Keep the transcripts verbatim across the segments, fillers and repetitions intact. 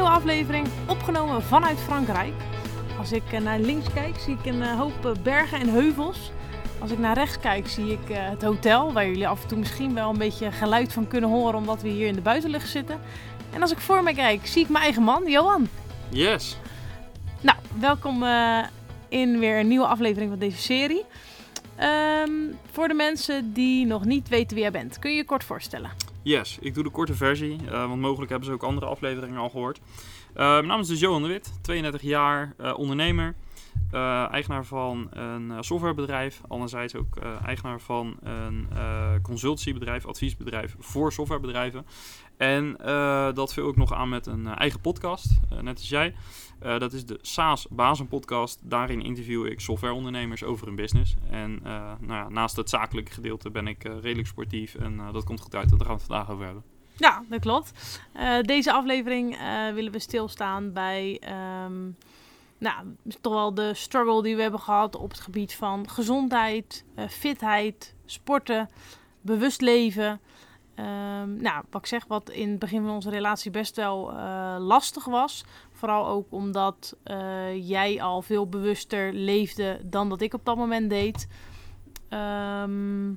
nieuwe aflevering opgenomen vanuit Frankrijk. Als ik uh, naar links kijk, zie ik een uh, hoop uh, bergen en heuvels. Als ik naar rechts kijk, zie ik uh, het hotel, waar jullie af en toe misschien wel een beetje geluid van kunnen horen, omdat we hier in de buitenlucht zitten. En als ik voor me kijk, zie ik mijn eigen man, Johan. Yes. Nou, welkom uh, in weer een nieuwe aflevering van deze serie. Um, voor de mensen die nog niet weten wie jij bent, kun je je kort voorstellen? Yes, ik doe de korte versie, uh, want mogelijk hebben ze ook andere afleveringen al gehoord. Uh, mijn naam is dus Johan de Wit, tweeëndertig jaar, uh, ondernemer, uh, eigenaar van een uh, softwarebedrijf. Anderzijds ook uh, eigenaar van een uh, consultancybedrijf, adviesbedrijf voor softwarebedrijven. En uh, dat vul ik nog aan met een uh, eigen podcast, uh, net als jij. Uh, dat is de SaaS Bazen podcast. Daarin interview ik softwareondernemers over hun business. En uh, nou ja, naast het zakelijke gedeelte ben ik uh, redelijk sportief. En uh, dat komt goed uit, daar gaan we het vandaag over hebben. Ja, dat klopt. Uh, deze aflevering uh, willen we stilstaan bij um, nou, toch wel de struggle die we hebben gehad op het gebied van gezondheid, uh, fitheid, sporten, bewust leven. Um, nou, wat ik zeg, wat in het begin van onze relatie best wel uh, lastig was. Vooral ook omdat uh, jij al veel bewuster leefde dan dat ik op dat moment deed. Um,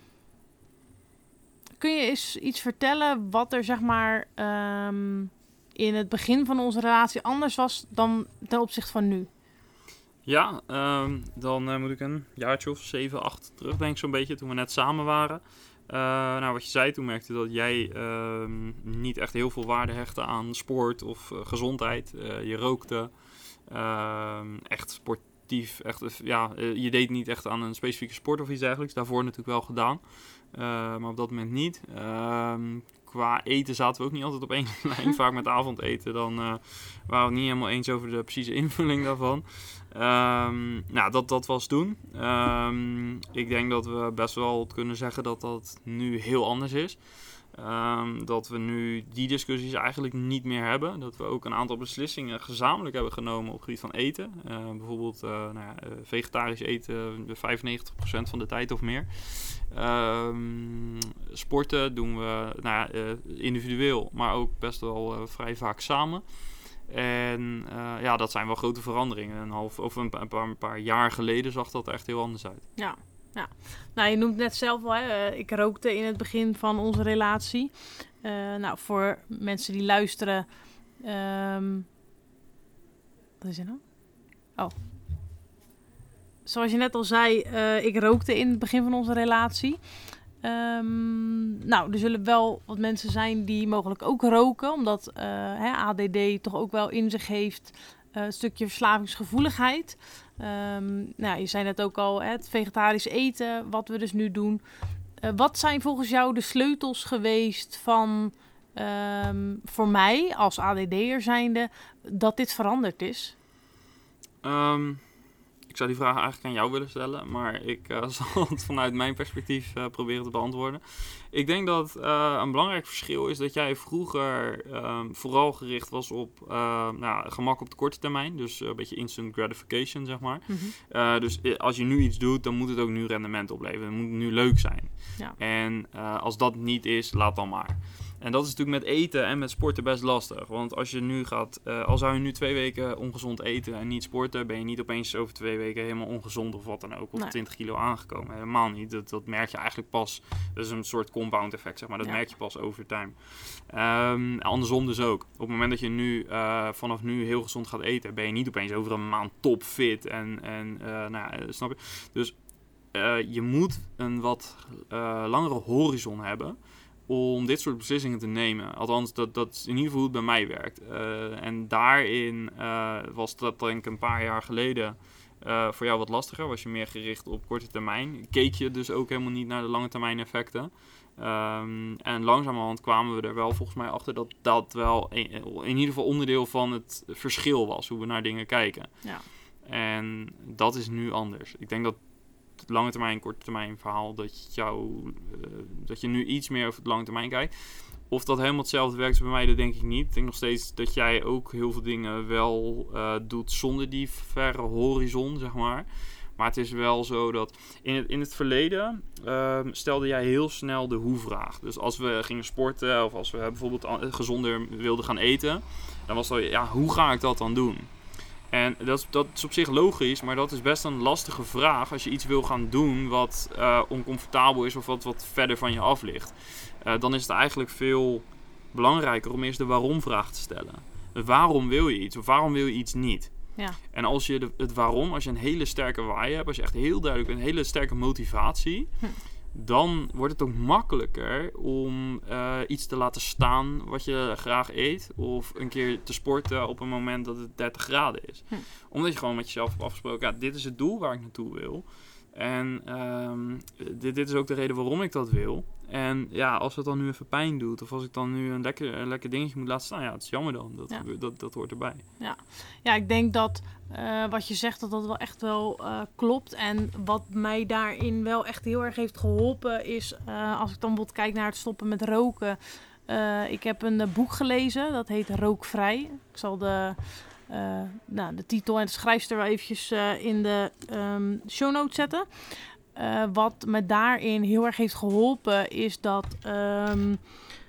kun je eens iets vertellen wat er zeg maar um, in het begin van onze relatie anders was dan ten opzichte van nu? Ja, um, dan uh, moet ik een jaartje of zeven, acht terug denk ik zo'n beetje, toen we net samen waren. Uh, nou, wat je zei, toen merkte dat jij uh, niet echt heel veel waarde hechtte aan sport of uh, gezondheid. Uh, je rookte, uh, echt sportief, echt, ja, uh, je deed niet echt aan een specifieke sport of iets dergelijks. Daarvoor natuurlijk wel gedaan, uh, maar op dat moment niet. Uh, qua eten zaten we ook niet altijd op één lijn, vaak met avondeten. Dan uh, waren we het niet helemaal eens over de precieze invulling daarvan. Um, nou, dat, dat was toen. Um, ik denk dat we best wel kunnen zeggen dat dat nu heel anders is. Um, dat we nu die discussies eigenlijk niet meer hebben. Dat we ook een aantal beslissingen gezamenlijk hebben genomen op het gebied van eten. Uh, bijvoorbeeld uh, nou ja, vegetarisch eten vijfennegentig procent van de tijd of meer. Um, sporten doen we nou ja, uh, individueel, maar ook best wel uh, vrij vaak samen. En uh, ja, dat zijn wel grote veranderingen. Een half, of een, een, paar, een paar jaar geleden zag dat er echt heel anders uit. Ja, ja. Nou, je noemt net zelf al, hè, ik rookte in het begin van onze relatie. Uh, nou, voor mensen die luisteren. Um, wat is er nou? Oh. Zoals je net al zei, uh, ik rookte in het begin van onze relatie. Um, nou, er zullen wel wat mensen zijn die mogelijk ook roken, omdat uh, hè, A D D toch ook wel in zich heeft uh, een stukje verslavingsgevoeligheid. Um, nou, je zei net ook al, hè, het vegetarisch eten, wat we dus nu doen. Uh, wat zijn volgens jou de sleutels geweest van, um, voor mij als A D D'er zijnde, dat dit veranderd is? Um... Ik zou die vraag eigenlijk aan jou willen stellen, maar ik uh, zal het vanuit mijn perspectief uh, proberen te beantwoorden. Ik denk dat uh, een belangrijk verschil is dat jij vroeger uh, vooral gericht was op uh, nou, gemak op de korte termijn. Dus uh, een beetje instant gratification, zeg maar. Mm-hmm. Uh, dus als je nu iets doet, dan moet het ook nu rendement opleveren. Het moet nu leuk zijn. Ja. En uh, als dat niet is, laat dan maar. En dat is natuurlijk met eten en met sporten best lastig. Want als je nu gaat, uh, al zou je nu twee weken ongezond eten en niet sporten, ben je niet opeens over twee weken helemaal ongezond of wat dan ook. Of nee. twintig kilo aangekomen. Helemaal niet. Dat, dat merk je eigenlijk pas. Dat is een soort compound effect, zeg maar. Dat ja. merk je pas over time. Um, andersom dus ook. Op het moment dat je nu uh, vanaf nu heel gezond gaat eten, ben je niet opeens over een maand topfit. En, en uh, nou ja, snap je? Dus uh, je moet een wat uh, langere horizon hebben om dit soort beslissingen te nemen. Althans, dat, dat is in ieder geval hoe het bij mij werkt. Uh, en daarin uh, was dat denk ik een paar jaar geleden uh, voor jou wat lastiger. Was je meer gericht op korte termijn. Keek je dus ook helemaal niet naar de lange termijn effecten. Um, en langzamerhand kwamen we er wel volgens mij achter dat dat wel in, in ieder geval onderdeel van het verschil was. Hoe we naar dingen kijken. Ja. En dat is nu anders. Ik denk dat het lange termijn, korte termijn verhaal, dat, jou, uh, dat je nu iets meer over het lange termijn kijkt. Of dat helemaal hetzelfde werkt bij mij, dat denk ik niet. Ik denk nog steeds dat jij ook heel veel dingen wel uh, doet zonder die verre horizon, zeg maar. Maar het is wel zo dat in het, in het verleden uh, stelde jij heel snel de hoe-vraag. Dus als we gingen sporten of als we bijvoorbeeld gezonder wilden gaan eten, dan was het ja, hoe ga ik dat dan doen? En dat is, dat is op zich logisch, maar dat is best een lastige vraag als je iets wil gaan doen wat uh, oncomfortabel is of wat, wat verder van je af ligt. Uh, dan is het eigenlijk veel belangrijker om eerst de waarom-vraag te stellen. Waarom wil je iets of waarom wil je iets niet? Ja. En als je de, het waarom, als je een hele sterke why hebt, als je echt heel duidelijk een hele sterke motivatie, hm. dan wordt het ook makkelijker om uh, iets te laten staan wat je graag eet. Of een keer te sporten op een moment dat het dertig graden is. Hm. Omdat je gewoon met jezelf hebt afgesproken, ja, dit is het doel waar ik naartoe wil. En um, dit, dit is ook de reden waarom ik dat wil. En ja, als het dan nu even pijn doet, of als ik dan nu een lekker, een lekker dingetje moet laten staan, ja, het is jammer dan. Dat, ja. dat, dat, dat hoort erbij. Ja, ja ik denk dat uh, wat je zegt, dat dat wel echt wel uh, klopt. En wat mij daarin wel echt heel erg heeft geholpen is, uh, als ik dan bijvoorbeeld kijk naar het stoppen met roken. Uh, ik heb een uh, boek gelezen, dat heet Rookvrij. Ik zal de... Uh, nou, de titel en de schrijfster wel eventjes uh, in de um, show notes zetten. Uh, wat me daarin heel erg heeft geholpen is dat... Um,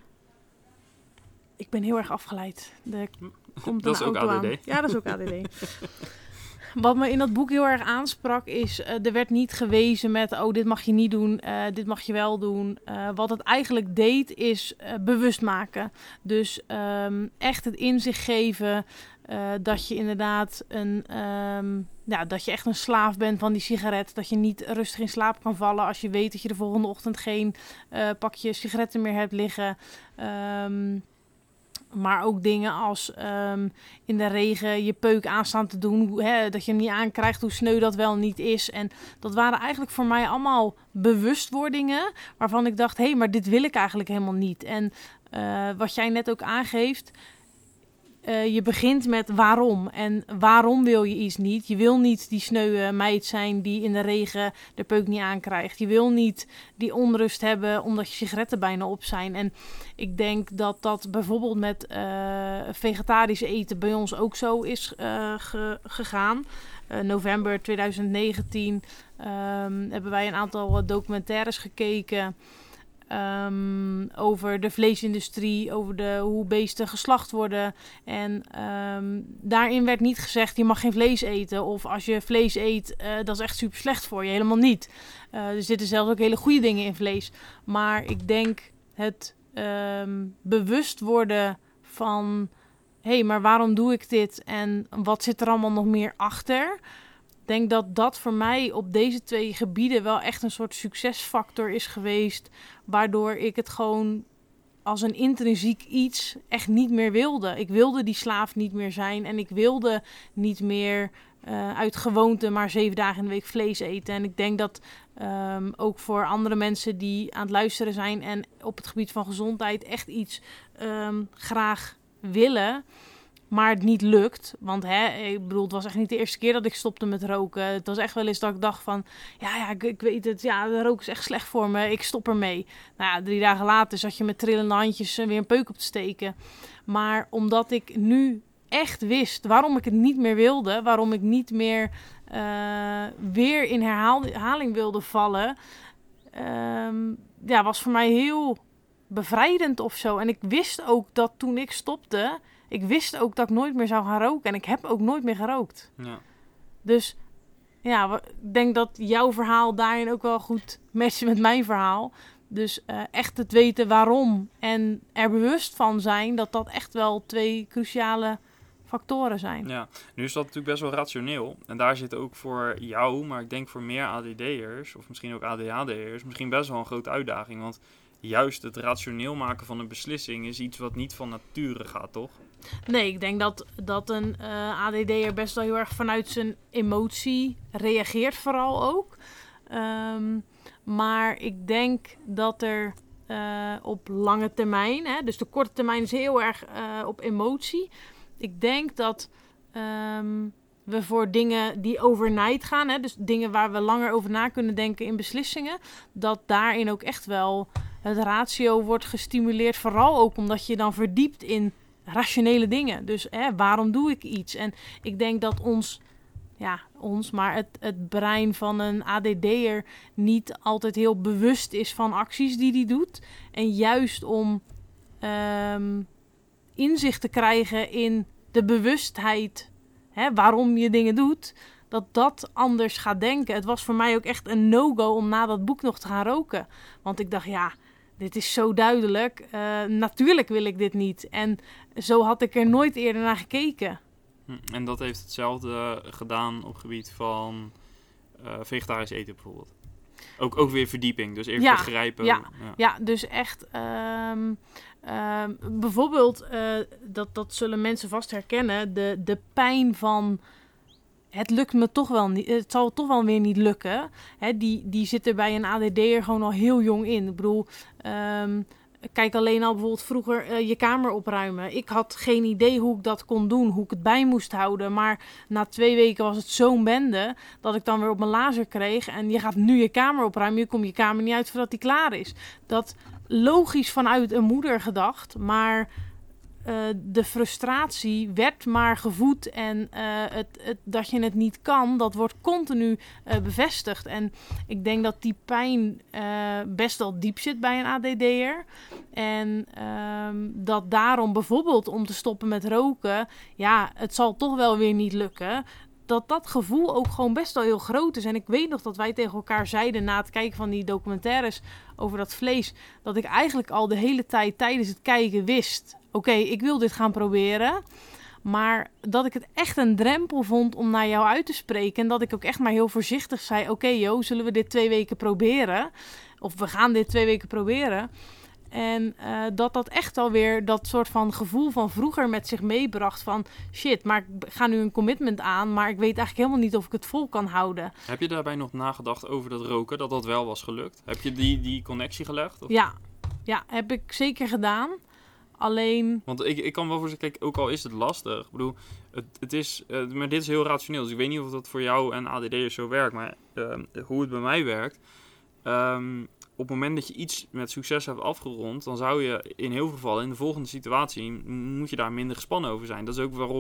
ik ben heel erg afgeleid. Er komt dat een is auto ook A D D. aan. Ja, dat is ook A D D. Wat me in dat boek heel erg aansprak is... Uh, er werd niet gewezen met... oh, dit mag je niet doen, uh, dit mag je wel doen. Uh, wat het eigenlijk deed is uh, bewust maken. Dus um, echt het inzicht geven... Uh, dat je inderdaad een, um, ja, dat je echt een slaaf bent van die sigaret. Dat je niet rustig in slaap kan vallen als je weet dat je de volgende ochtend geen uh, pakje sigaretten meer hebt liggen. Um, maar ook dingen als um, in de regen je peuk aanstaan te doen. Hè, dat je hem niet aankrijgt, hoe sneu dat wel niet is. En dat waren eigenlijk voor mij allemaal bewustwordingen waarvan ik dacht, hé, hey, maar dit wil ik eigenlijk helemaal niet. En uh, wat jij net ook aangeeft... Uh, je begint met waarom. En waarom wil je iets niet? Je wil niet die sneuwe meid zijn die in de regen de peuk niet aankrijgt. Je wil niet die onrust hebben omdat je sigaretten bijna op zijn. En ik denk dat dat bijvoorbeeld met uh, vegetarisch eten bij ons ook zo is uh, ge- gegaan. Uh, november twintig negentien um, hebben wij een aantal documentaires gekeken... Um, over de vleesindustrie, over de, hoe beesten geslacht worden. En um, daarin werd niet gezegd, je mag geen vlees eten. Of als je vlees eet, uh, dat is echt super slecht voor je. Helemaal niet. Uh, er zitten zelfs ook hele goede dingen in vlees. Maar ik denk het um, bewust worden van... hé, hey, maar waarom doe ik dit? En wat zit er allemaal nog meer achter? Ik denk dat dat voor mij op deze twee gebieden wel echt een soort succesfactor is geweest. Waardoor ik het gewoon als een intrinsiek iets echt niet meer wilde. Ik wilde die slaaf niet meer zijn. En ik wilde niet meer uh, uit gewoonte maar zeven dagen in de week vlees eten. En ik denk dat um, ook voor andere mensen die aan het luisteren zijn en op het gebied van gezondheid echt iets um, graag willen... maar het niet lukt. Want hè, ik bedoel, het was echt niet de eerste keer dat ik stopte met roken. Het was echt wel eens dat ik dacht van... Ja, ja ik, ik weet het. Ja, de roken is echt slecht voor me. Ik stop ermee. Nou ja, drie dagen later zat je met trillende handjes weer een peuk op te steken. Maar omdat ik nu echt wist waarom ik het niet meer wilde... waarom ik niet meer uh, weer in herhaling wilde vallen... Um, ja, was voor mij heel bevrijdend of zo. En ik wist ook dat toen ik stopte... Ik wist ook dat ik nooit meer zou gaan roken. En ik heb ook nooit meer gerookt. Ja. Dus ja, ik denk dat jouw verhaal daarin ook wel goed matcht met mijn verhaal. Dus uh, echt het weten waarom en er bewust van zijn... dat dat echt wel twee cruciale factoren zijn. Ja, nu is dat natuurlijk best wel rationeel. En daar zit ook voor jou, maar ik denk voor meer A D D'ers... of misschien ook A D H D'ers... misschien best wel een grote uitdaging. Want juist het rationeel maken van een beslissing... is iets wat niet van nature gaat, toch? Nee, ik denk dat, dat een uh, A D D'er best wel heel erg vanuit zijn emotie reageert vooral ook. Um, maar ik denk dat er uh, op lange termijn... Hè, dus de korte termijn is heel erg uh, op emotie... Ik denk dat um, we voor dingen die overnight gaan... Hè, dus dingen waar we langer over na kunnen denken in beslissingen... dat daarin ook echt wel het ratio wordt gestimuleerd. Vooral ook omdat je dan verdiept in rationele dingen. Dus hè, waarom doe ik iets? En ik denk dat ons ja, ons, maar het, het brein van een A D D'er niet altijd heel bewust is van acties die hij doet. En juist om um, inzicht te krijgen in de bewustheid, hè, waarom je dingen doet, dat dat anders gaat denken. Het was voor mij ook echt een no-go om na dat boek nog te gaan roken. Want ik dacht, ja, dit is zo duidelijk. Uh, natuurlijk wil ik dit niet. En zo had ik er nooit eerder naar gekeken. En dat heeft hetzelfde gedaan op het gebied van uh, vegetarisch eten bijvoorbeeld. Ook, ook weer verdieping, dus eerst ja, begrijpen. Ja, ja. ja, dus echt um, um, bijvoorbeeld, uh, dat, dat zullen mensen vast herkennen, de, de pijn van het lukt me toch wel niet, het zal toch wel weer niet lukken. Hè, die, die zit er bij een A D D'er gewoon al heel jong in. Ik bedoel, um, kijk alleen al bijvoorbeeld vroeger uh, je kamer opruimen. Ik had geen idee hoe ik dat kon doen, hoe ik het bij moest houden. Maar na twee weken was het zo'n bende dat ik dan weer op mijn lazer kreeg. En je gaat nu je kamer opruimen, je komt je kamer niet uit voordat die klaar is. Dat logisch vanuit een moeder gedacht, maar uh, de frustratie werd maar gevoed. En uh, het, het, dat je het niet kan, dat wordt continu uh, bevestigd. En ik denk dat die pijn uh, best wel diep zit bij een A D D'er. En um, dat daarom bijvoorbeeld om te stoppen met roken, ja, het zal toch wel weer niet lukken. Dat dat gevoel ook gewoon best wel heel groot is. En ik weet nog dat wij tegen elkaar zeiden na het kijken van die documentaires over dat vlees, dat ik eigenlijk al de hele tijd tijdens het kijken wist, oké, okay, ik wil dit gaan proberen. Maar dat ik het echt een drempel vond om naar jou uit te spreken. En dat ik ook echt maar heel voorzichtig zei, oké okay, joh, zullen we dit twee weken proberen? Of we gaan dit twee weken proberen. En uh, dat dat echt alweer dat soort van gevoel van vroeger met zich meebracht van shit, maar ik ga nu een commitment aan, maar ik weet eigenlijk helemaal niet of ik het vol kan houden. Heb je daarbij nog nagedacht over dat roken, dat dat wel was gelukt? Heb je die, die connectie gelegd? Of? Ja, ja, heb ik zeker gedaan. Alleen... Want ik, ik kan wel voor zeggen, kijk, ook al is het lastig. Ik bedoel, het, het is, uh, maar dit is heel rationeel. Dus ik weet niet of dat voor jou en A D D'ers zo werkt. Maar uh, hoe het bij mij werkt. Um, op het moment dat je iets met succes hebt afgerond, dan zou je in heel veel gevallen in de volgende situatie, moet je daar minder gespannen over zijn. Dat is ook waarom,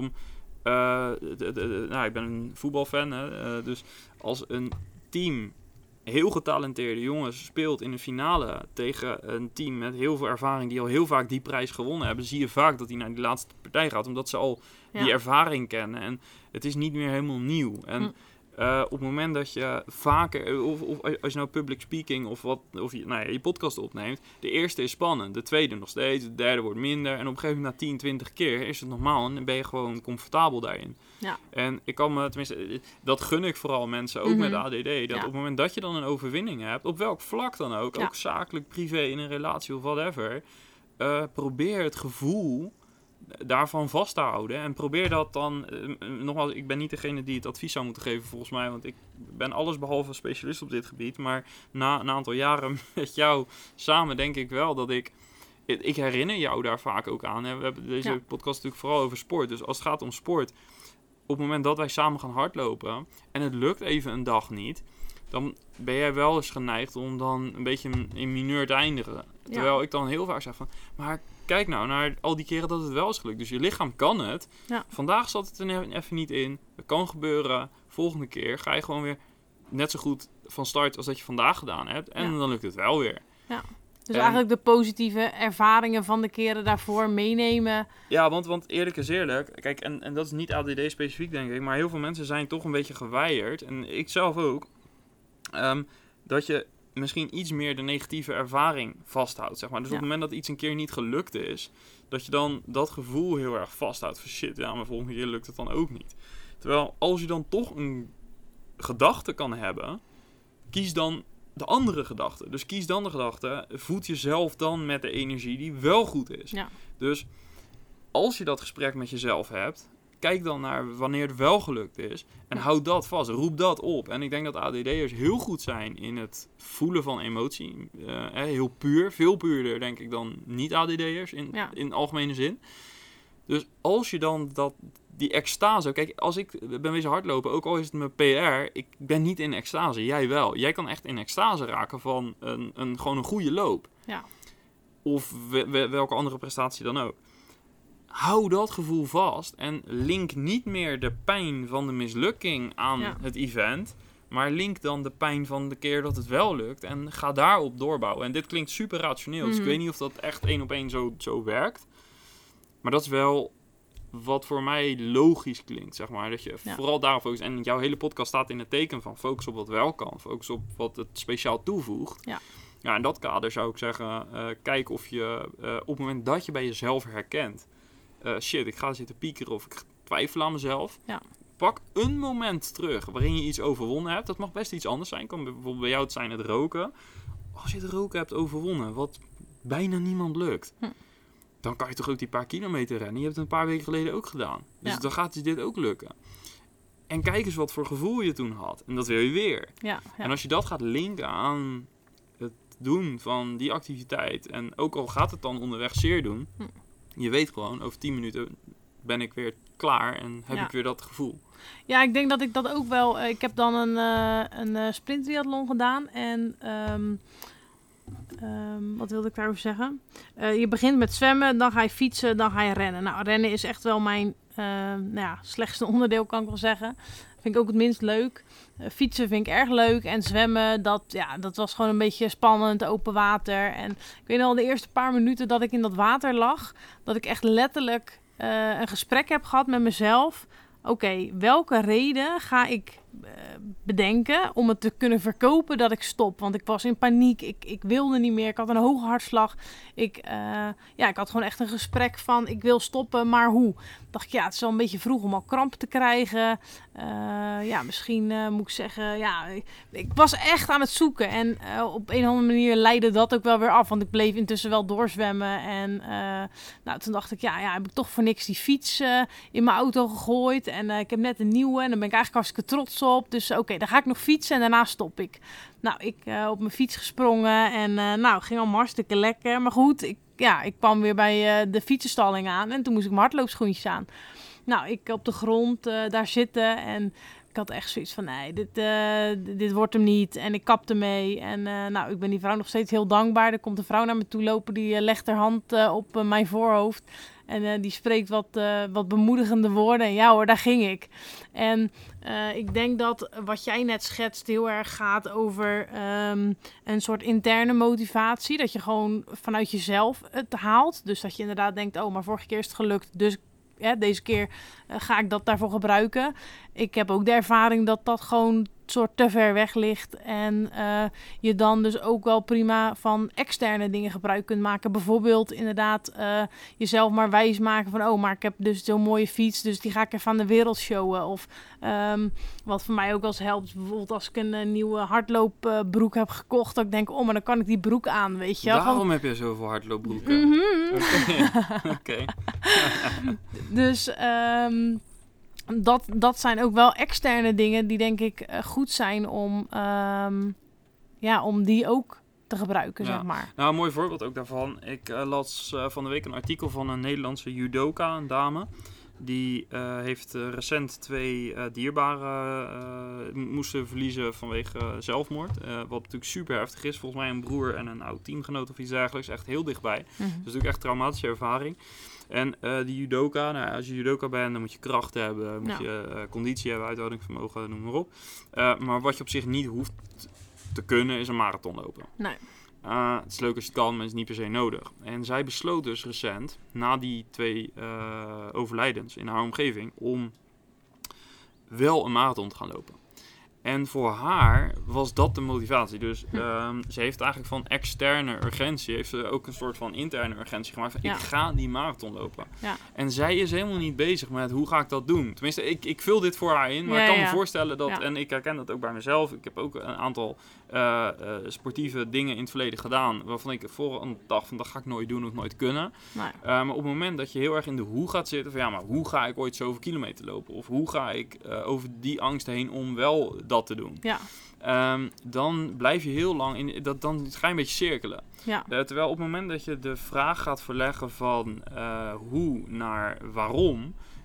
uh, de, de, nou, ik ben een voetbalfan, hè, uh, dus als een team heel getalenteerde jongens speelt in een finale tegen een team met heel veel ervaring die al heel vaak die prijs gewonnen hebben, zie je vaak dat hij naar die laatste partij gaat, omdat ze al ja. die ervaring kennen. En het is niet meer helemaal nieuw. En hm. Uh, op het moment dat je vaker, of, of als je nou public speaking of wat, of je, nou ja, je podcast opneemt, de eerste is spannend, de tweede nog steeds, de derde wordt minder en op een gegeven moment na tien, twintig keer is het normaal en dan ben je gewoon comfortabel daarin. Ja. En ik kan me, tenminste, dat gun ik vooral mensen, ook mm-hmm. met A D D, dat ja. op het moment dat je dan een overwinning hebt, op welk vlak dan ook, ja. ook zakelijk, privé, in een relatie of whatever, uh, probeer het gevoel daarvan vast te houden. En probeer dat dan, uh, nogmaals, ik ben niet degene die het advies zou moeten geven volgens mij, want ik ben allesbehalve specialist op dit gebied, maar na een aantal jaren met jou samen denk ik wel dat ik, ik herinner jou daar vaak ook aan. Hè. We hebben deze ja. podcast natuurlijk vooral over sport, dus als het gaat om sport, op het moment dat wij samen gaan hardlopen en het lukt even een dag niet, dan ben jij wel eens geneigd om dan een beetje in mineur te eindigen. Terwijl ja. ik dan heel vaak zeg van, maar kijk nou naar al die keren dat het wel is gelukt. Dus je lichaam kan het. Ja. Vandaag zat het er even niet in. Dat kan gebeuren. Volgende keer ga je gewoon weer net zo goed van start als dat je vandaag gedaan hebt. En ja. dan lukt het wel weer. Ja. Dus en, eigenlijk de positieve ervaringen van de keren daarvoor meenemen. Ja, want, want eerlijk is eerlijk. Kijk, en, en dat is niet A D D specifiek denk ik. Maar heel veel mensen zijn toch een beetje geweigerd. En ik zelf ook. Um, dat je misschien iets meer de negatieve ervaring vasthoudt, zeg maar. Dus ja. op het moment dat iets een keer niet gelukt is, dat je dan dat gevoel heel erg vasthoudt van shit, ja, maar volgende keer lukt het dan ook niet. Terwijl als je dan toch een gedachte kan hebben, kies dan de andere gedachte. Dus kies dan de gedachte, voed jezelf dan met de energie die wel goed is. Ja. Dus als je dat gesprek met jezelf hebt, kijk dan naar wanneer het wel gelukt is. En houd dat vast. Roep dat op. En ik denk dat A D D'ers heel goed zijn in het voelen van emotie. Uh, heel puur. Veel puurder denk ik dan niet-A D D'ers in, ja. in algemene zin. Dus als je dan dat, die extase... Kijk, als ik ben wezen hardlopen, ook al is het mijn P R, ik ben niet in extase. Jij wel. Jij kan echt in extase raken van een, een, gewoon een goede loop. Ja. Of we, we, welke andere prestatie dan ook. hou dat gevoel vast en link niet meer de pijn van de mislukking aan ja. het event, maar link dan de pijn van de keer dat het wel lukt en ga daarop doorbouwen. En dit klinkt super rationeel, mm-hmm. dus ik weet niet of dat echt één op één zo, zo werkt. Maar dat is wel wat voor mij logisch klinkt, zeg maar. Dat je ja. vooral daarop focust. En jouw hele podcast staat in het teken van focus op wat wel kan, focus op wat het speciaal toevoegt. Ja. Ja, in dat kader zou ik zeggen, uh, kijk of je uh, op het moment dat je bij jezelf herkent, uh, shit, ik ga zitten piekeren of ik twijfel aan mezelf. Ja. Pak een moment terug waarin je iets overwonnen hebt. Dat mag best iets anders zijn. Kan bijvoorbeeld bij jou het zijn het roken. Als je het roken hebt overwonnen, wat bijna niemand lukt, hm. dan kan je toch ook die paar kilometer rennen. Je hebt het een paar weken geleden ook gedaan. Dus ja. dan gaat je dit ook lukken. En kijk eens wat voor gevoel je toen had. En dat wil je weer. Ja, ja. En als je dat gaat linken aan het doen van die activiteit, en ook al gaat het dan onderweg zeer doen, hm. je weet gewoon, over tien minuten ben ik weer klaar en heb ja. ik weer dat gevoel. Ja, ik denk dat ik dat ook wel... Ik heb dan een, uh, een uh, sprinttriathlon gedaan en... Um, um, wat wilde ik daarover zeggen? Uh, je begint met zwemmen, dan ga je fietsen, dan ga je rennen. Nou, rennen is echt wel mijn uh, nou ja, slechtste onderdeel, kan ik wel zeggen. Vind ik ook het minst leuk. Uh, fietsen vind ik erg leuk. En zwemmen, dat, ja, dat was gewoon een beetje spannend, open water. En ik weet al de eerste paar minuten dat ik in dat water lag, dat ik echt letterlijk uh, een gesprek heb gehad met mezelf. Oké, okay, welke reden ga ik uh, bedenken om het te kunnen verkopen dat ik stop? Want ik was in paniek, ik, ik wilde niet meer, ik had een hoge hartslag. Ik, uh, ja, ik had gewoon echt een gesprek van, ik wil stoppen, maar hoe? Dacht ik, ja, het is wel een beetje vroeg om al kramp te krijgen. Uh, ja, misschien uh, moet ik zeggen, ja, ik, ik was echt aan het zoeken. En uh, op een of andere manier leidde dat ook wel weer af, want ik bleef intussen wel doorzwemmen. En uh, nou, toen dacht ik, ja, ja, heb ik toch voor niks die fiets uh, in mijn auto gegooid. En uh, ik heb net een nieuwe en daar ben ik eigenlijk hartstikke trots op. Dus oké, okay, dan ga ik nog fietsen en daarna stop ik. Nou, ik uh, op mijn fiets gesprongen en uh, nou, ging allemaal hartstikke lekker. Maar goed, ik, ja, ik kwam weer bij uh, de fietsenstalling aan en toen moest ik mijn hardloopschoentjes aan. Nou, ik op de grond uh, daar zitten en ik had echt zoiets van, nee, dit, uh, dit wordt hem niet. En ik kapte mee. En uh, nou, ik ben die vrouw nog steeds heel dankbaar. Er komt een vrouw naar me toe lopen, die uh, legt haar hand uh, op uh, mijn voorhoofd. En uh, die spreekt wat, uh, wat bemoedigende woorden. En ja hoor, daar ging ik. En uh, ik denk dat wat jij net schetst heel erg gaat over um, een soort interne motivatie. Dat je gewoon vanuit jezelf het haalt. Dus dat je inderdaad denkt, oh, maar vorige keer is het gelukt. Dus ja, deze keer uh, ga ik dat daarvoor gebruiken. Ik heb ook de ervaring dat dat gewoon soort te ver weg ligt. En uh, je dan dus ook wel prima van externe dingen gebruik kunt maken. Bijvoorbeeld inderdaad uh, jezelf maar wijs maken van, oh, maar ik heb dus zo'n mooie fiets, dus die ga ik even aan de wereld showen. Of um, wat voor mij ook wel eens helpt, bijvoorbeeld als ik een, een nieuwe hardloopbroek uh, heb gekocht, dat ik denk, oh, maar dan kan ik die broek aan, weet je. Daarom van... heb je zoveel hardloopbroeken. Mm-hmm. Oké. Okay. Dus um, Dat, dat zijn ook wel externe dingen die denk ik uh, goed zijn om, um, ja, om die ook te gebruiken, ja. zeg maar. Nou, een mooi voorbeeld ook daarvan. Ik uh, las uh, van de week een artikel van een Nederlandse judoka, een dame. Die uh, heeft uh, recent twee uh, dierbaren uh, moesten verliezen vanwege uh, zelfmoord. Uh, wat natuurlijk super heftig is. Volgens mij een broer en een oud teamgenoot of iets dergelijks. Echt heel dichtbij. Mm-hmm. Dus natuurlijk echt traumatische ervaring. En uh, die judoka, nou, als je judoka bent, dan moet je kracht hebben, moet ja. je uh, conditie hebben, uithoudingsvermogen, noem maar op. Uh, maar wat je op zich niet hoeft te kunnen, is een marathon lopen. Nee. Uh, het is leuk als je het kan, maar het is niet per se nodig. En zij besloot dus recent, na die twee uh, overlijdens in haar omgeving, om wel een marathon te gaan lopen. En voor haar was dat de motivatie. Dus um, ze heeft eigenlijk van externe urgentie, heeft ze ook een soort van interne urgentie gemaakt. Van, ja. Ik ga die marathon lopen. Ja. En zij is helemaal niet bezig met hoe ga ik dat doen. Tenminste, ik, ik vul dit voor haar in. Maar ja, ik kan ja. me voorstellen dat, ja. en ik herken dat ook bij mezelf. Ik heb ook een aantal uh, uh, sportieve dingen in het verleden gedaan. Waarvan ik voor een dag van, dat ga ik nooit doen of nooit kunnen. Nee. Uh, maar op het moment dat je heel erg in de hoe gaat zitten. Van ja, maar hoe ga ik ooit zoveel kilometer lopen? Of hoe ga ik uh, over die angst heen om wel dat te doen. Ja. Um, dan blijf je heel lang in dat, dan ga je een beetje cirkelen. Ja. Uh, terwijl op het moment dat je de vraag gaat verleggen van uh, hoe naar waarom,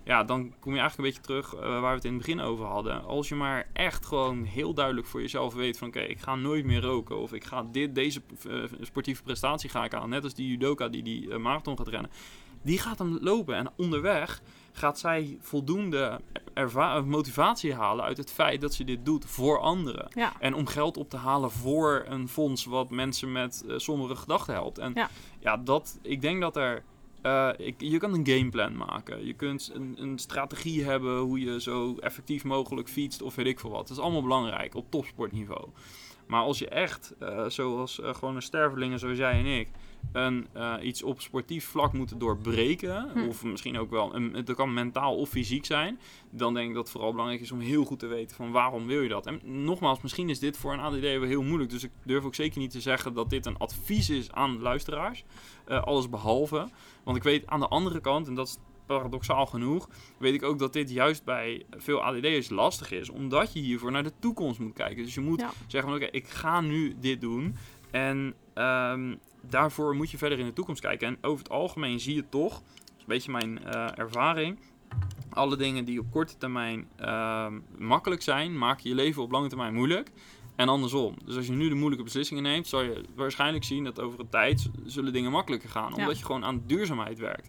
ja, dan kom je eigenlijk een beetje terug uh, waar we het in het begin over hadden. Als je maar echt gewoon heel duidelijk voor jezelf weet van... oké, okay, ik ga nooit meer roken. Of ik ga dit, deze uh, sportieve prestatie ga ik aan. Net als die judoka die die uh, marathon gaat rennen. Die gaat hem lopen en onderweg gaat zij voldoende erva- motivatie halen uit het feit dat ze dit doet voor anderen. Ja. En om geld op te halen voor een fonds wat mensen met uh, sombere gedachten helpt. En ja, ja dat, ik denk dat er... Uh, ik, je kan een gameplan maken. Je kunt een, een strategie hebben hoe je zo effectief mogelijk fietst of weet ik veel wat. Dat is allemaal belangrijk op topsportniveau. Maar als je echt, uh, zoals uh, gewoon een stervelingen zoals jij en ik... Een, uh, iets op sportief vlak moeten doorbreken... Hm. Of misschien ook wel, een, het kan mentaal of fysiek zijn... dan denk ik dat het vooral belangrijk is om heel goed te weten... van waarom wil je dat? En nogmaals, misschien is dit voor een A D D wel heel moeilijk... dus ik durf ook zeker niet te zeggen dat dit een advies is aan luisteraars. Uh, alles behalve. Want ik weet aan de andere kant, en dat is paradoxaal genoeg... weet ik ook dat dit juist bij veel A D D'ers lastig is... omdat je hiervoor naar de toekomst moet kijken. Dus je moet ja. zeggen van oké, okay, ik ga nu dit doen... en... Um, daarvoor moet je verder in de toekomst kijken. En over het algemeen zie je toch, dat is een beetje mijn uh, ervaring... alle dingen die op korte termijn uh, makkelijk zijn... maken je leven op lange termijn moeilijk. En andersom. Dus als je nu de moeilijke beslissingen neemt... zal je waarschijnlijk zien dat over een tijd... zullen dingen makkelijker gaan. Omdat ja. je gewoon aan duurzaamheid werkt.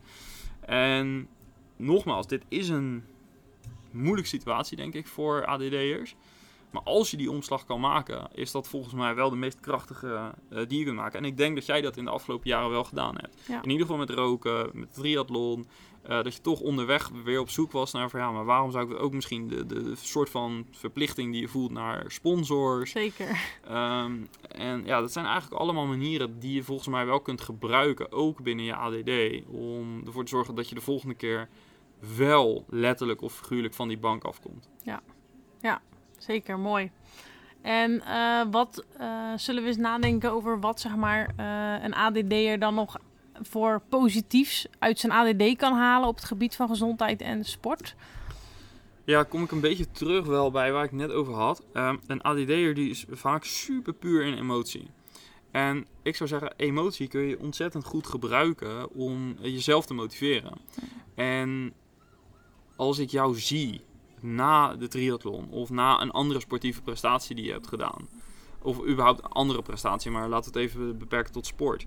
En nogmaals, dit is een moeilijke situatie, denk ik, voor A D D'ers... Maar als je die omslag kan maken, is dat volgens mij wel de meest krachtige uh, die je kunt maken. En ik denk dat jij dat in de afgelopen jaren wel gedaan hebt. Ja. In ieder geval met roken, met triathlon. Uh, dat je toch onderweg weer op zoek was naar van ja, maar waarom zou ik ook misschien de, de, de soort van verplichting die je voelt naar sponsors. Zeker. Um, en ja, dat zijn eigenlijk allemaal manieren die je volgens mij wel kunt gebruiken, ook binnen je A D D. Om ervoor te zorgen dat je de volgende keer wel letterlijk of figuurlijk van die bank afkomt. Ja, ja. Zeker, mooi. En uh, wat uh, zullen we eens nadenken over wat zeg maar uh, een A D D'er dan nog voor positiefs uit zijn A D D kan halen op het gebied van gezondheid en sport? Ja, kom ik een beetje terug wel bij waar ik het net over had. Um, een A D D'er die is vaak super puur in emotie. En ik zou zeggen, emotie kun je ontzettend goed gebruiken om jezelf te motiveren. En als ik jou zie na de triathlon of na een andere sportieve prestatie die je hebt gedaan, of überhaupt een andere prestatie, maar laten we het even beperken tot sport,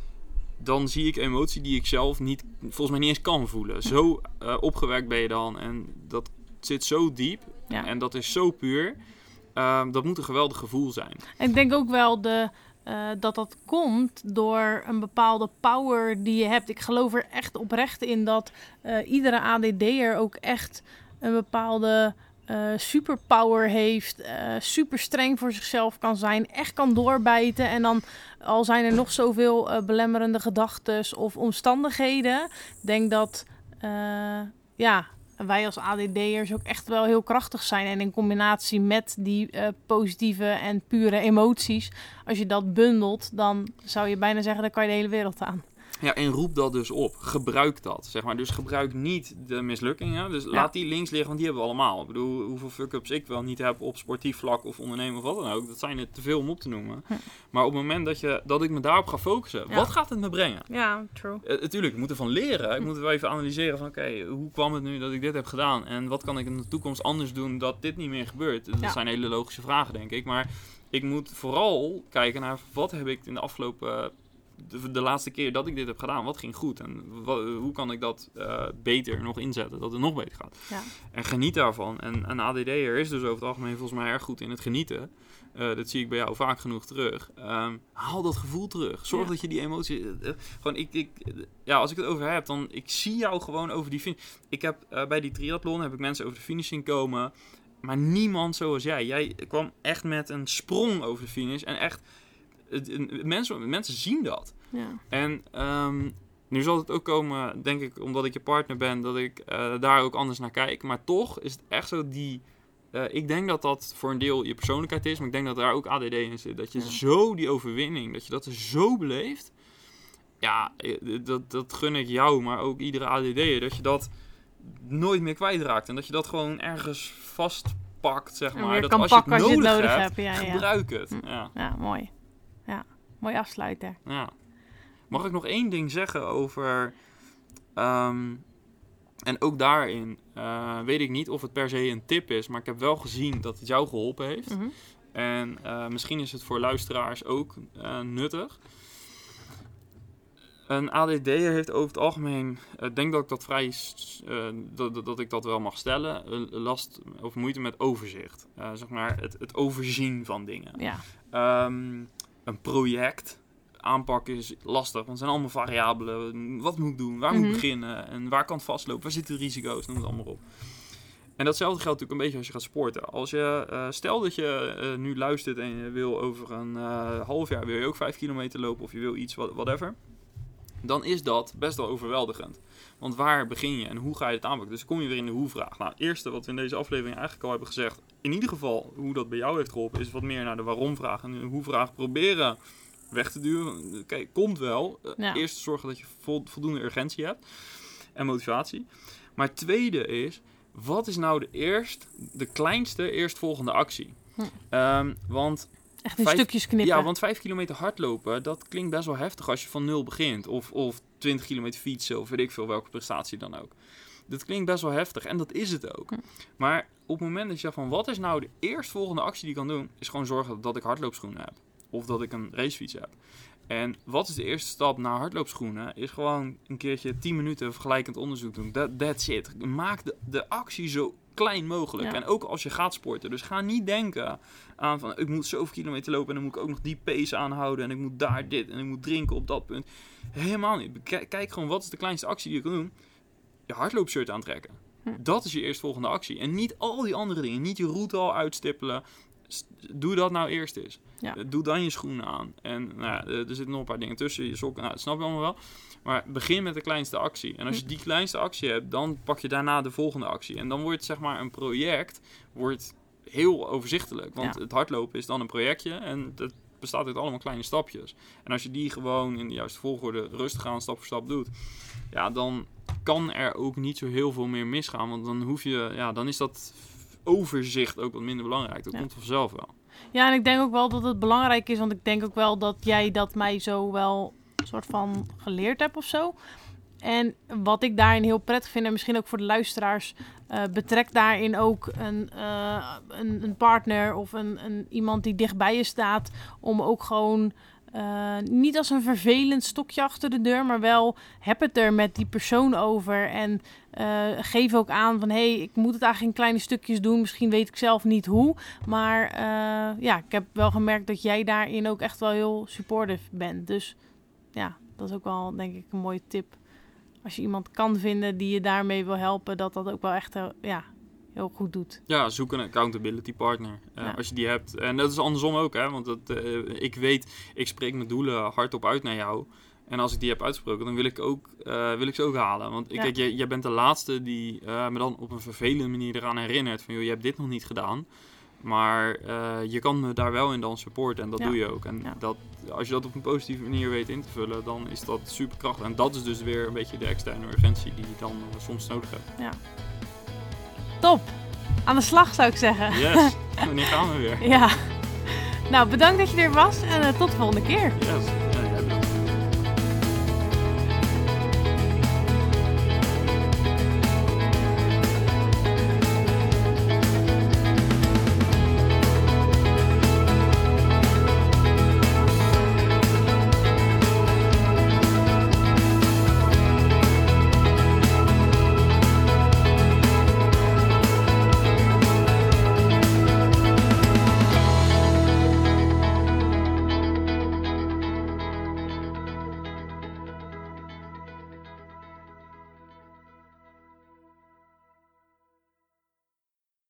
dan zie ik emotie die ik zelf niet, volgens mij niet eens kan voelen. Zo uh, opgewekt ben je dan en dat zit zo diep ja. en dat is zo puur. Uh, dat moet een geweldig gevoel zijn. Ik denk ook wel de, uh, dat dat komt door een bepaalde power die je hebt. Ik geloof er echt oprecht in dat uh, iedere A D D'er ook echt een bepaalde uh, superpower heeft, uh, super streng voor zichzelf kan zijn, echt kan doorbijten. En dan, al zijn er nog zoveel uh, belemmerende gedachten of omstandigheden, ik denk dat uh, ja, wij als A D D'ers ook echt wel heel krachtig zijn. En in combinatie met die uh, positieve en pure emoties, als je dat bundelt, dan zou je bijna zeggen, dan kan je de hele wereld aan. Ja, en roep dat dus op. Gebruik dat, zeg maar. Dus gebruik niet de mislukkingen. Dus ja. laat die links liggen, want die hebben we allemaal. Ik bedoel, hoeveel fuck-ups ik wel niet heb op sportief vlak of ondernemen of wat dan ook. Dat zijn er te veel om op te noemen. Hm. Maar op het moment dat, je, dat ik me daarop ga focussen, ja. wat gaat het me brengen? Ja, true. Uh, tuurlijk, ik moet ervan leren. Ik moet wel even analyseren van, oké, okay, hoe kwam het nu dat ik dit heb gedaan? En wat kan ik in de toekomst anders doen dat dit niet meer gebeurt? Dat ja. zijn hele logische vragen, denk ik. Maar ik moet vooral kijken naar, wat heb ik in de afgelopen De, de laatste keer dat ik dit heb gedaan, wat ging goed? En wat, hoe kan ik dat uh, beter nog inzetten, dat het nog beter gaat? Ja. En geniet daarvan. En een A D D'er is dus over het algemeen volgens mij erg goed in het genieten. Uh, dat zie ik bij jou vaak genoeg terug. Um, haal dat gevoel terug. Zorg ja. dat je die emotie... Uh, gewoon, ik, ik, ja, als ik het over heb, dan... Ik zie jou gewoon over die finish. Ik heb uh, bij die triathlon heb ik mensen over de finish zien komen. Maar niemand zoals jij. Jij kwam echt met een sprong over de finish. En echt... Mensen, mensen zien dat. Ja. En um, nu zal het ook komen, denk ik, omdat ik je partner ben, dat ik uh, daar ook anders naar kijk. Maar toch is het echt zo die... Uh, ik denk dat dat voor een deel je persoonlijkheid is, maar ik denk dat daar ook A D D in zit. Dat je ja. zo die overwinning, dat je dat zo beleeft. Ja, dat, dat gun ik jou, maar ook iedere A D D'er. Dat je dat nooit meer kwijtraakt. En dat je dat gewoon ergens vastpakt, zeg maar. Dat als je het nodig, je het nodig hebt, hebt ja, gebruik ja. het. Ja. ja, mooi. Ja, mooi afsluiter. Ja. Mag ik nog één ding zeggen over... Um, En ook daarin uh, weet ik niet of het per se een tip is, maar ik heb wel gezien dat het jou geholpen heeft. Mm-hmm. En uh, misschien is het voor luisteraars ook uh, nuttig. Een A D D'er heeft over het algemeen, ik uh, denk dat ik dat vrij, uh, dat, dat ik dat wel mag stellen, uh, last of moeite met overzicht. Uh, zeg maar het, het overzien van dingen. Ja. Um, een project aanpakken is lastig, want het zijn allemaal variabelen. Wat moet ik doen? Waar Mm-hmm. moet ik beginnen? En waar kan het vastlopen? Waar zitten de risico's? Noem het allemaal op. En datzelfde geldt natuurlijk een beetje als je gaat sporten. Als je, uh, stel dat je uh, nu luistert en je wil over een uh, half jaar wil je ook vijf kilometer lopen of je wil iets, whatever. Dan is dat best wel overweldigend. Want waar begin je en hoe ga je het aanpakken? Dus dan kom je weer in de hoe-vraag. Nou, het eerste wat we in deze aflevering eigenlijk al hebben gezegd, in ieder geval hoe dat bij jou heeft geholpen, is wat meer naar de waarom-vraag en de hoe-vraag proberen weg te duwen. Kijk, komt wel. Ja. Eerst zorgen dat je voldoende urgentie hebt en motivatie. Maar het tweede is, wat is nou de eerst, de kleinste eerstvolgende actie? Hm. Um, want echt in vijf, stukjes knippen. Ja, want vijf kilometer hardlopen, dat klinkt best wel heftig als je van nul begint. Of, of twintig kilometer fietsen, of weet ik veel welke prestatie dan ook. Dat klinkt best wel heftig en dat is het ook. Hm. Maar op het moment dat je zegt van, wat is nou de eerstvolgende actie die ik kan doen? Is gewoon zorgen dat ik hardloopschoenen heb. Of dat ik een racefiets heb. En wat is de eerste stap naar hardloopschoenen? Is gewoon een keertje tien minuten vergelijkend onderzoek doen. That, that's it. Maak de, de actie zo klein mogelijk. Ja. En ook als je gaat sporten. Dus ga niet denken aan van, ik moet zoveel kilometer lopen en dan moet ik ook nog die pace aanhouden en ik moet daar dit en ik moet drinken op dat punt. Helemaal niet. Kijk, kijk gewoon, wat is de kleinste actie die je kan doen? Je hardloopshirt aantrekken. Hm. Dat is je eerstvolgende actie. En niet al die andere dingen. Niet je route al uitstippelen. Doe dat nou eerst eens. Ja. Doe dan je schoenen aan. En nou ja, er zitten nog een paar dingen tussen. Je sokken, nou, dat snap je allemaal wel. Maar begin met de kleinste actie. En als je die kleinste actie hebt, dan pak je daarna de volgende actie. En dan wordt zeg maar een project wordt heel overzichtelijk. Want ja. het hardlopen is dan een projectje. En dat bestaat uit allemaal kleine stapjes. En als je die gewoon in de juiste volgorde rustig aan stap voor stap doet. Ja, dan kan er ook niet zo heel veel meer misgaan. Want dan hoef je, ja, dan is dat overzicht ook wat minder belangrijk. Dat ja. komt vanzelf wel. Ja, en ik denk ook wel dat het belangrijk is, want ik denk ook wel dat jij dat mij zo wel een soort van geleerd hebt of zo. En wat ik daarin heel prettig vind, en misschien ook voor de luisteraars, uh, betrek daarin ook een, uh, een, een partner of een, een, iemand die dichtbij je staat, om ook gewoon Uh, niet als een vervelend stokje achter de deur, maar wel heb het er met die persoon over. En uh, geef ook aan van, hé, hey, ik moet het eigenlijk in kleine stukjes doen. Misschien weet ik zelf niet hoe. Maar uh, ja, ik heb wel gemerkt dat jij daarin ook echt wel heel supportive bent. Dus ja, dat is ook wel, denk ik, een mooie tip. Als je iemand kan vinden die je daarmee wil helpen, dat dat ook wel echt, uh, ja... heel goed doet. Ja, zoek een accountability partner. Uh, ja. Als je die hebt. En dat is andersom ook, hè. Want dat, uh, ik weet, ik spreek mijn doelen hardop uit naar jou. En als ik die heb uitgesproken, dan wil ik, ook, uh, wil ik ze ook halen. Want ja. kijk, jij, jij bent de laatste die uh, me dan op een vervelende manier eraan herinnert. Van, joh, je hebt dit nog niet gedaan. Maar uh, je kan me daar wel in dan supporten. En dat ja. doe je ook. En ja. dat, als je dat op een positieve manier weet in te vullen, dan is dat super krachtig. En dat is dus weer een beetje de externe urgentie die je dan uh, soms nodig hebt. Ja. Top. Aan de slag, zou ik zeggen. Yes. Wanneer gaan we weer? Ja. Nou, bedankt dat je er was en uh, tot de volgende keer. Yes.